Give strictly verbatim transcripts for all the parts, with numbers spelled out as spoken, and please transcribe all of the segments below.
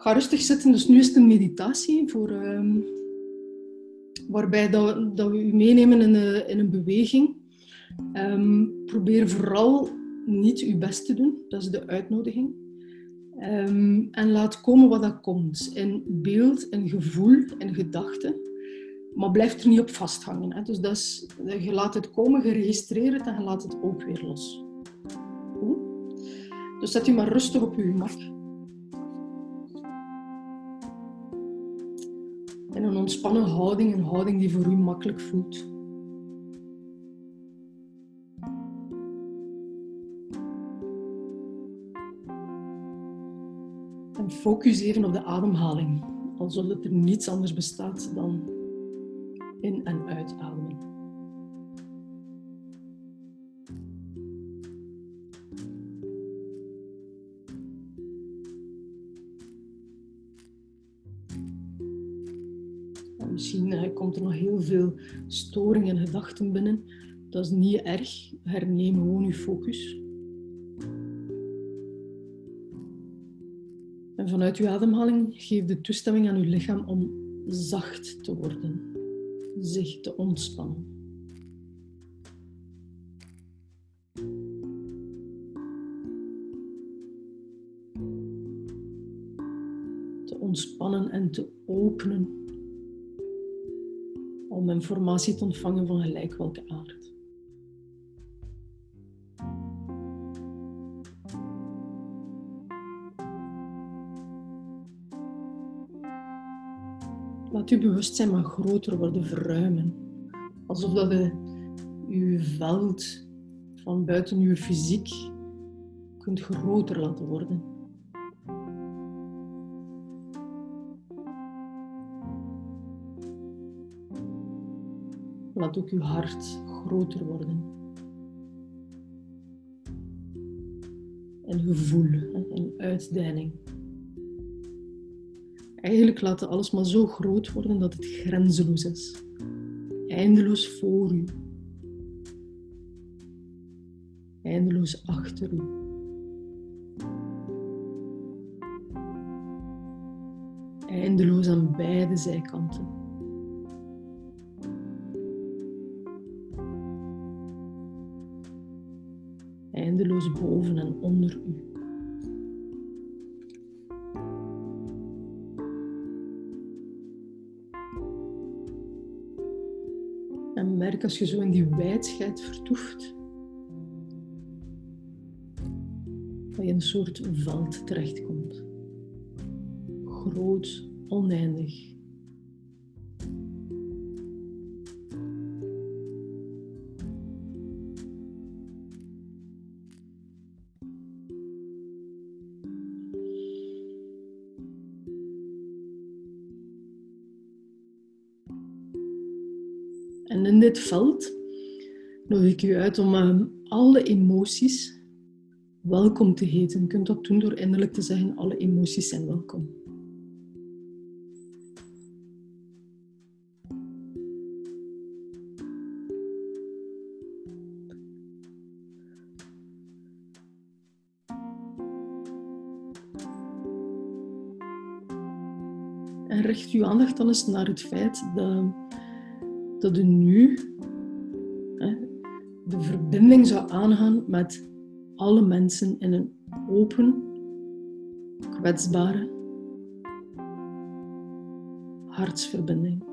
Ga rustig zitten. Dus nu is het een meditatie voor, uh, waarbij dat, dat we u meenemen in, uh, in een beweging. Um, probeer vooral niet uw best te doen. Dat is de uitnodiging. Um, en laat komen wat dat komt. In beeld, in gevoel, in gedachten. Maar blijf er niet op vasthangen. Hè. Dus dat is, je laat het komen, je registreert het en je laat het ook weer los. Goed? Dus zet u maar rustig op uw gemak. In een ontspannen houding, een houding die voor u makkelijk voelt. En focus even op de ademhaling, alsof er niets anders bestaat dan in- en uitademen. En misschien uh, komt er nog heel veel storing en gedachten binnen. Dat is niet erg. Herneem gewoon uw focus. En vanuit uw ademhaling geef de toestemming aan uw lichaam om zacht te worden, zich te ontspannen. Te ontspannen en te openen om informatie te ontvangen van gelijk welke aard. Laat uw bewustzijn maar groter worden, verruimen. Alsof dat je uw veld van buiten uw fysiek kunt groter laten worden. Laat ook uw hart groter worden. En gevoel, en uitdijning. Eigenlijk laat alles maar zo groot worden dat het grenzeloos is. Eindeloos voor u. Eindeloos achter u. Eindeloos aan beide zijkanten. Eindeloos boven en onder u. En merk als je zo in die wijdheid vertoeft, dat je in een soort veld terechtkomt. Groot, oneindig. En in dit veld nodig ik u uit om uh, alle emoties welkom te heten. Je kunt dat doen door innerlijk te zeggen, alle emoties zijn welkom. En richt uw aandacht dan eens naar het feit dat, dat u nu hè, de verbinding zou aangaan met alle mensen in een open, kwetsbare hartsverbinding.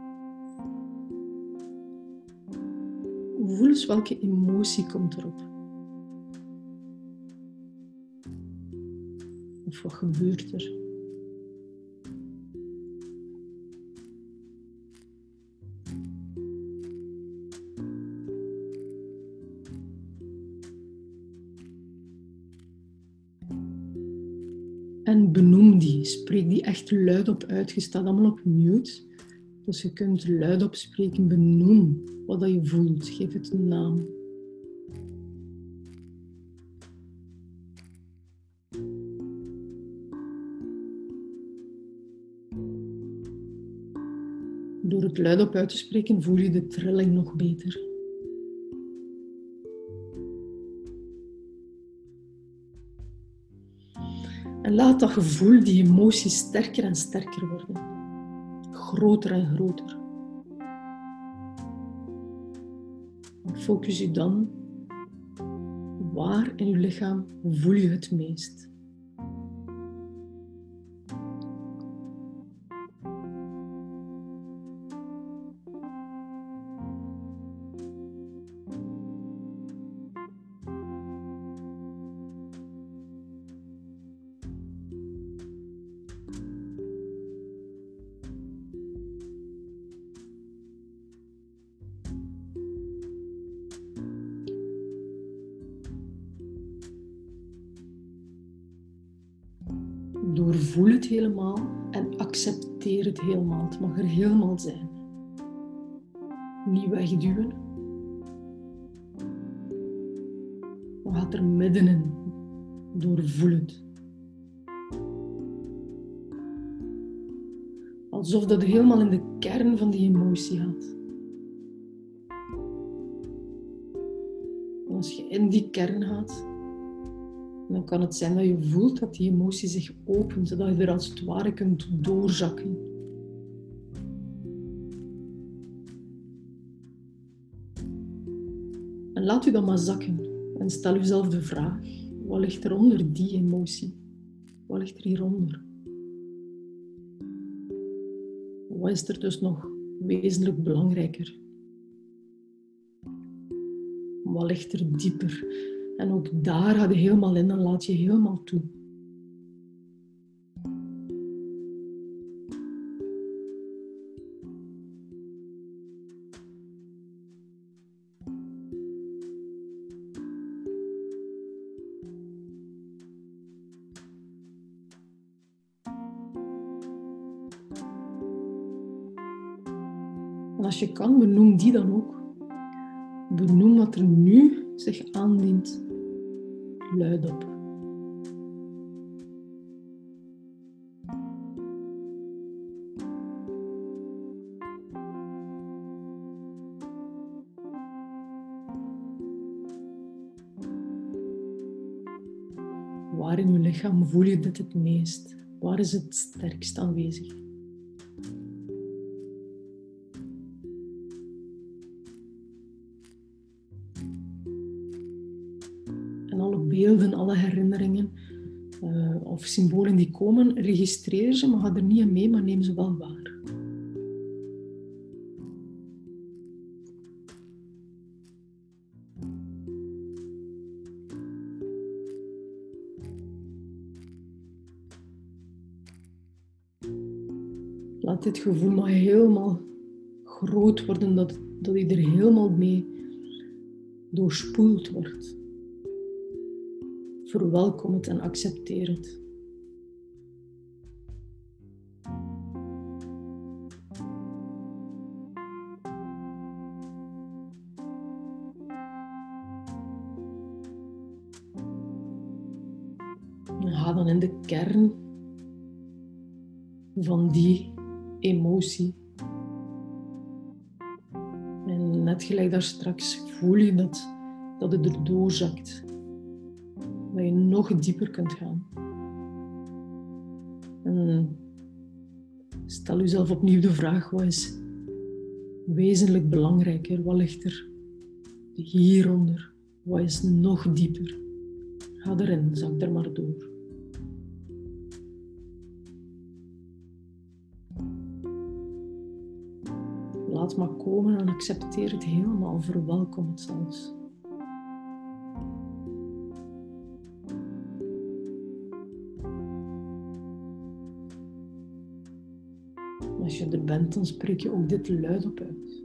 Voel eens welke emotie komt erop. Of wat gebeurt er? En benoem die, spreek die echt luid op uit. Je staat allemaal op mute, dus je kunt luid op spreken. Benoem wat dat je voelt, geef het een naam. Door het luid op uit te spreken voel je de trilling nog beter. En laat dat gevoel, die emoties sterker en sterker worden. Groter en groter. En focus je dan, waar in je lichaam voel je het meest? Doorvoel het helemaal en accepteer het helemaal. Het mag er helemaal zijn. Niet wegduwen. Maar ga er middenin. Doorvoel het. Alsof dat helemaal in de kern van die emotie gaat. En als je in die kern gaat, dan kan het zijn dat je voelt dat die emotie zich opent, zodat je er als het ware kunt doorzakken. En laat u dan maar zakken. En stel jezelf de vraag, wat ligt er onder die emotie? Wat ligt er hieronder? Wat is er dus nog wezenlijk belangrijker? Wat ligt er dieper? En ook daar ga je helemaal in en laat je helemaal toe. En als je kan, benoem die dan ook. Benoem wat er nu zich aandient. Luidop. Waar in je lichaam voel je dit het meest? Waar is het sterkst aanwezig? En alle beelden, alle herinneringen uh, of symbolen die komen, registreer ze, maar ga er niet aan mee, maar neem ze wel waar. Laat dit gevoel maar helemaal groot worden, dat, dat je er helemaal mee doorspoeld wordt. Verwelkom het en accepteer het. En ga dan in de kern van die emotie. En net gelijk daar straks voel je dat, dat het erdoor zakt. Dat je nog dieper kunt gaan. En stel jezelf opnieuw de vraag, wat is wezenlijk belangrijker? Wat ligt er hieronder? Wat is nog dieper? Ga erin, zak er maar door. Laat maar komen en accepteer het helemaal, verwelkom het zelfs. Als je er bent, dan spreek je ook dit luidop uit.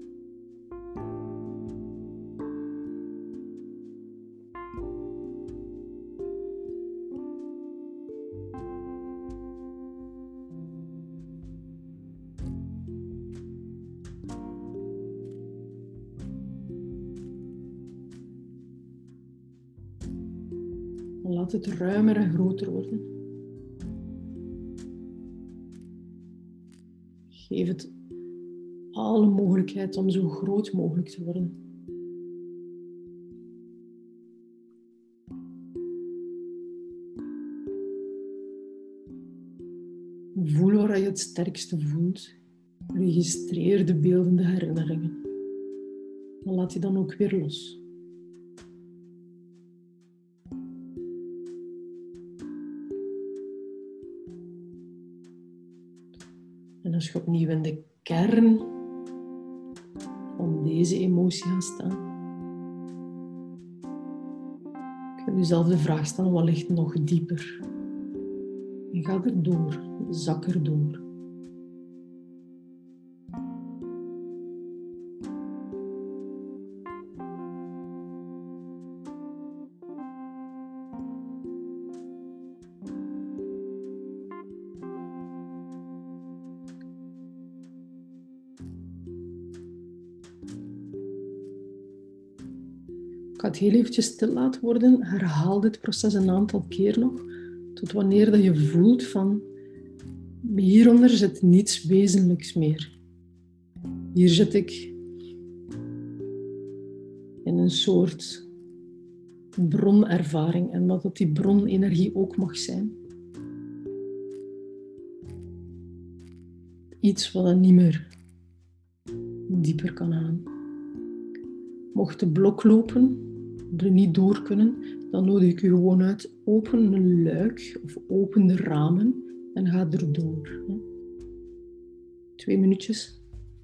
En laat het ruimer en groter worden. Geef het alle mogelijkheid om zo groot mogelijk te worden. Voel waar je het sterkste voelt. Registreer de beeldende herinneringen. Maar laat die dan ook weer los. En als je opnieuw in de kern van deze emotie gaat staan, kun je jezelf de vraag stellen, wat ligt nog dieper? En ga erdoor, zak erdoor. Ik ga het heel eventjes stil laten worden. Herhaal dit proces een aantal keer nog. Tot wanneer dat je voelt van... hieronder zit niets wezenlijks meer. Hier zit ik... in een soort... bronervaring. En wat dat die bronenergie ook mag zijn. Iets wat dan niet meer... dieper kan gaan. Mocht de blok lopen... er niet door kunnen, dan nodig ik u gewoon uit, open een luik of open de ramen en ga erdoor. Twee minuutjes.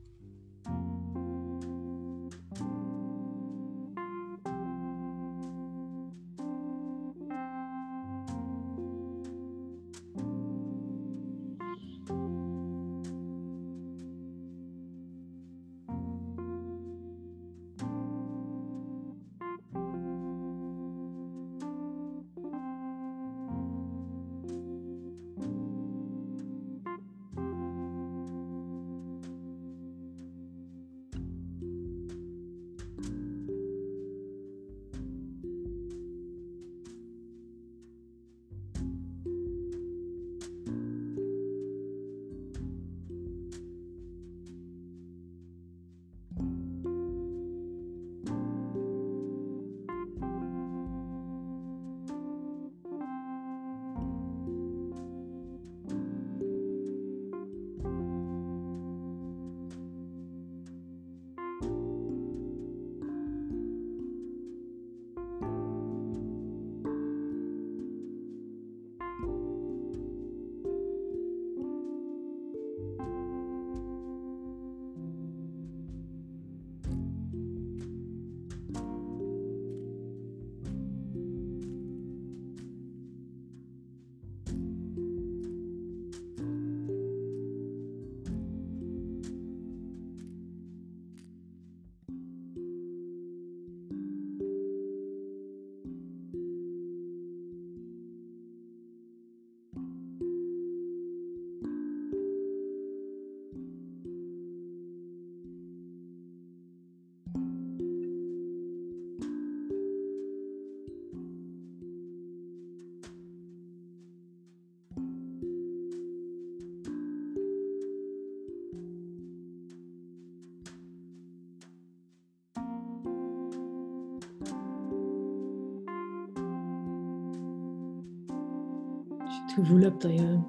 Het gevoel hebt dat je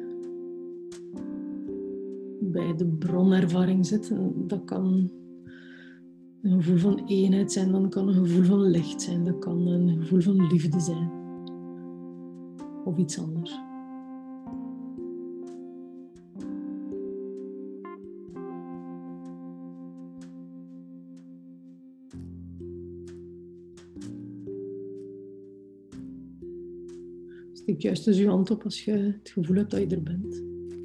bij de bronervaring zit. Dat kan een gevoel van eenheid zijn, dan kan een gevoel van licht zijn, dat kan een gevoel van liefde zijn. Of iets anders. Steek juist eens je hand op als je het gevoel hebt dat je er bent.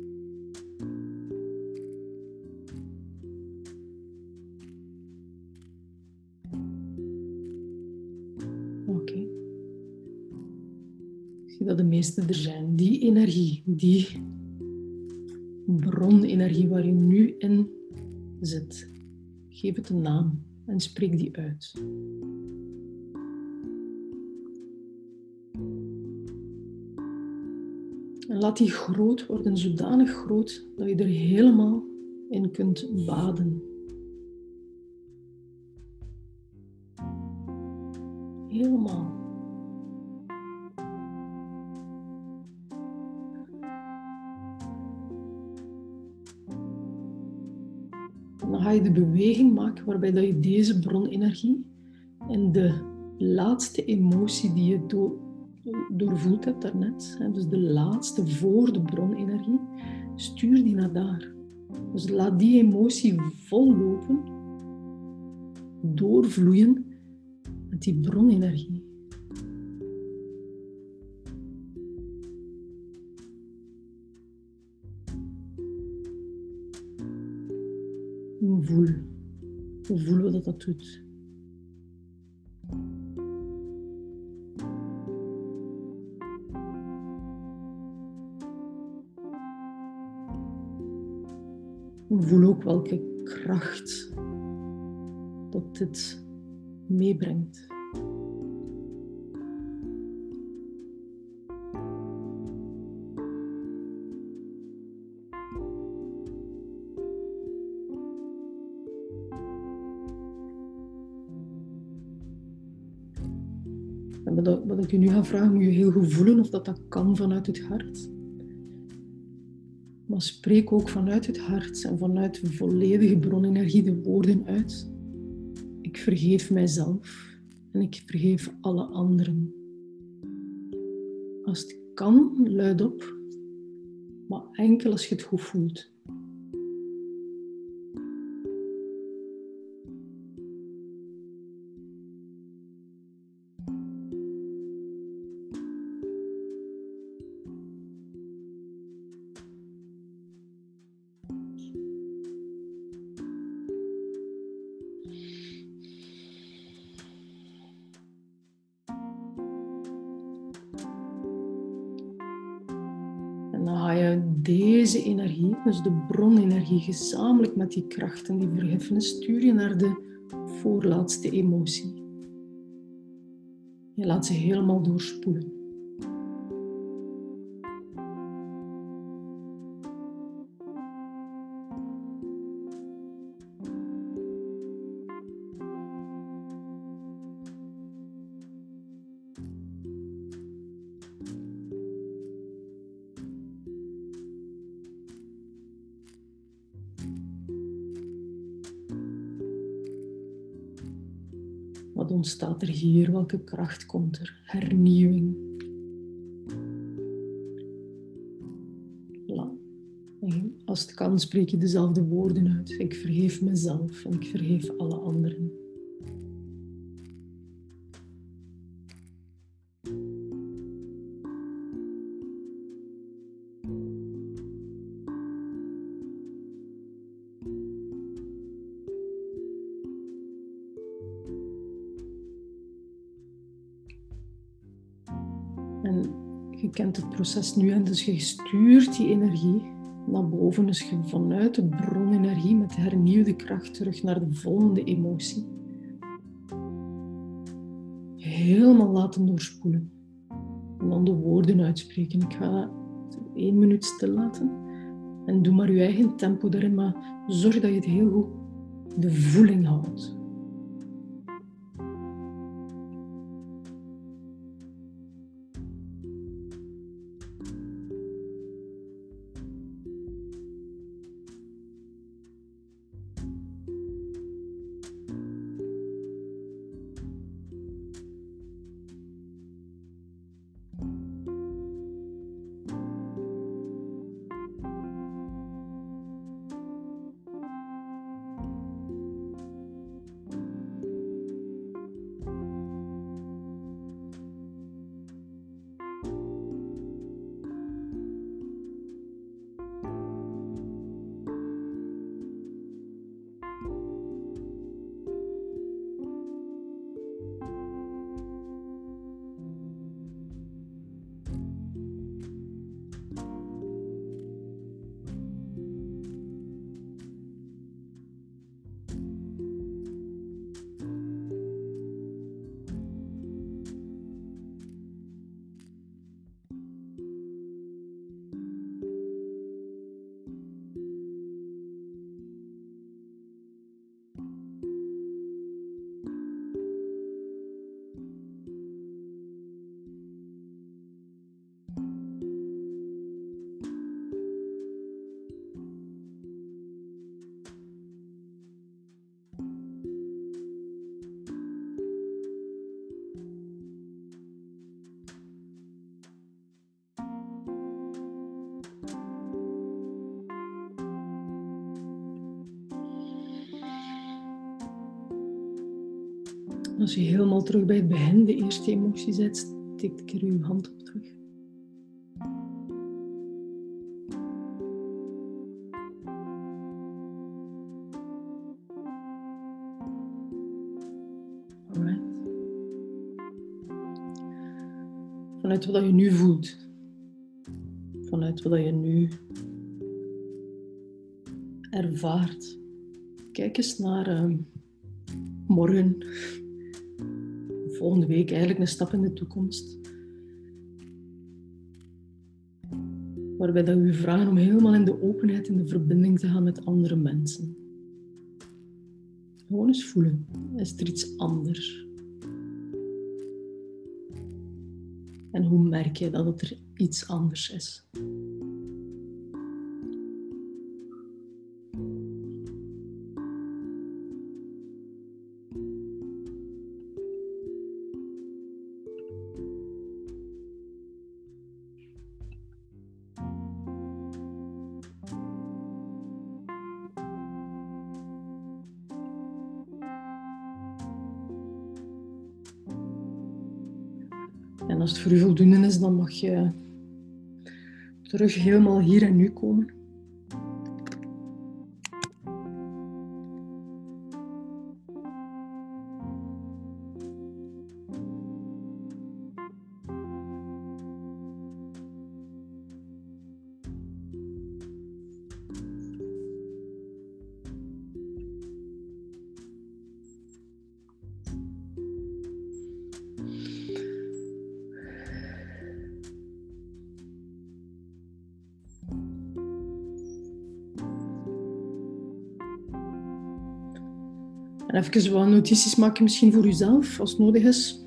Oké. Okay. Ik zie dat de meeste er zijn. Die energie, die bronenergie waar je nu in zit. Geef het een naam en spreek die uit. En laat die groot worden, zodanig groot dat je er helemaal in kunt baden. Helemaal. je de beweging maken waarbij dat je deze bronenergie en de laatste emotie die je do- doorvoeld hebt daarnet, hè, dus de laatste voor de bronenergie, stuur die naar daar. Dus laat die emotie vollopen, doorvloeien met die bronenergie. Voel. Hoe voelen we dat dat doet? Voel ook welke kracht dat dit meebrengt. En wat, wat ik je nu ga vragen, moet je heel goed voelen of dat, dat kan vanuit het hart. Maar spreek ook vanuit het hart en vanuit de volledige bronenergie de woorden uit. Ik vergeef mijzelf en ik vergeef alle anderen. Als het kan, luid op, maar enkel als je het goed voelt. En dan ga je deze energie, dus de bronenergie, gezamenlijk met die kracht en die vergiffenis, stuur je naar de voorlaatste emotie. Je laat ze helemaal doorspoelen. Wat ontstaat er hier? Welke kracht komt er? Hernieuwing. Ja. Als het kan, spreek je dezelfde woorden uit. Ik vergeef mezelf en ik vergeef alle anderen. En je kent het proces nu en dus je stuurt die energie naar boven. Dus je vanuit de bronenergie met de hernieuwde kracht terug naar de volgende emotie. Helemaal laten doorspoelen. En dan de woorden uitspreken. Ik ga één minuut stil laten. En doe maar je eigen tempo daarin, maar zorg dat je het heel goed de voeling houdt. Als je helemaal terug bij het begin, de eerste emotie zet, steekt een keer je hand op terug. Alright. Vanuit wat je nu voelt. Vanuit wat je nu ervaart. Kijk eens naar uh, morgen. Volgende week, eigenlijk een stap in de toekomst. Waarbij dat we je vragen om helemaal in de openheid, in de verbinding te gaan met andere mensen. Gewoon eens voelen. Is er iets anders? En hoe merk je dat het er iets anders is? En als het voor u voldoende is, dan mag je terug helemaal hier en nu komen. En even wat notities maken misschien voor uzelf, als het nodig is.